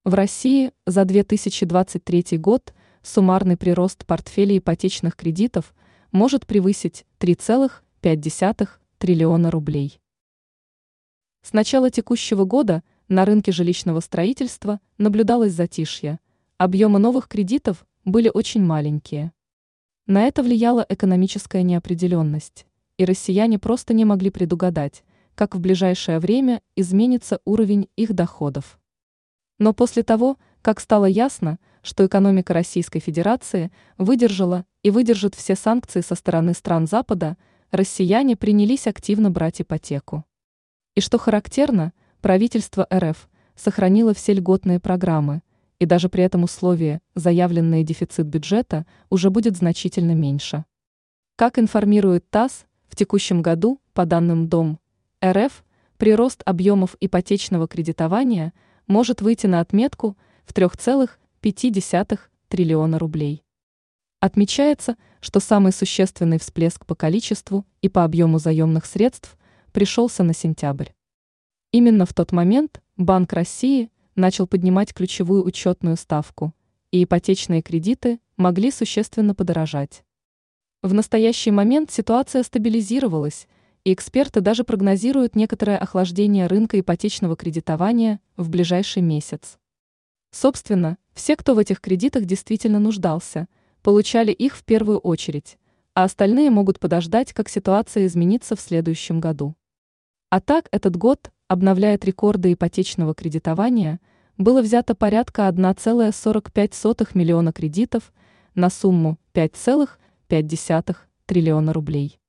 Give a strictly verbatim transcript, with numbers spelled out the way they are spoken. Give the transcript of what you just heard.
В России за две тысячи двадцать третий год суммарный прирост портфелей ипотечных кредитов может превысить три целых пять десятых триллиона рублей. С начала текущего года на рынке жилищного строительства наблюдалось затишье, объемы новых кредитов были очень маленькие. На это влияла экономическая неопределенность, и россияне просто не могли предугадать, как в ближайшее время изменится уровень их доходов. Но после того, как стало ясно, что экономика Российской Федерации выдержала и выдержит все санкции со стороны стран Запада, россияне принялись активно брать ипотеку. И что характерно, правительство эр эф сохранило все льготные программы, и даже при этом условии заявленный дефицит бюджета уже будет значительно меньше. Как информирует ТАСС, в текущем году, по данным Дом эр эф, прирост объемов ипотечного кредитования может выйти на отметку в три целых пять десятых триллиона рублей. Отмечается, что самый существенный всплеск по количеству и по объему заемных средств пришелся на сентябрь. Именно в тот момент Банк России начал поднимать ключевую учетную ставку, и ипотечные кредиты могли существенно подорожать. В настоящий момент ситуация стабилизировалась, и эксперты даже прогнозируют некоторое охлаждение рынка ипотечного кредитования в ближайший месяц. Собственно, все, кто в этих кредитах действительно нуждался, получали их в первую очередь, а остальные могут подождать, как ситуация изменится в следующем году. А так этот год обновляет рекорды ипотечного кредитования, было взято порядка одна целая сорок пять сотых миллиона кредитов на сумму пять целых пять десятых триллиона рублей.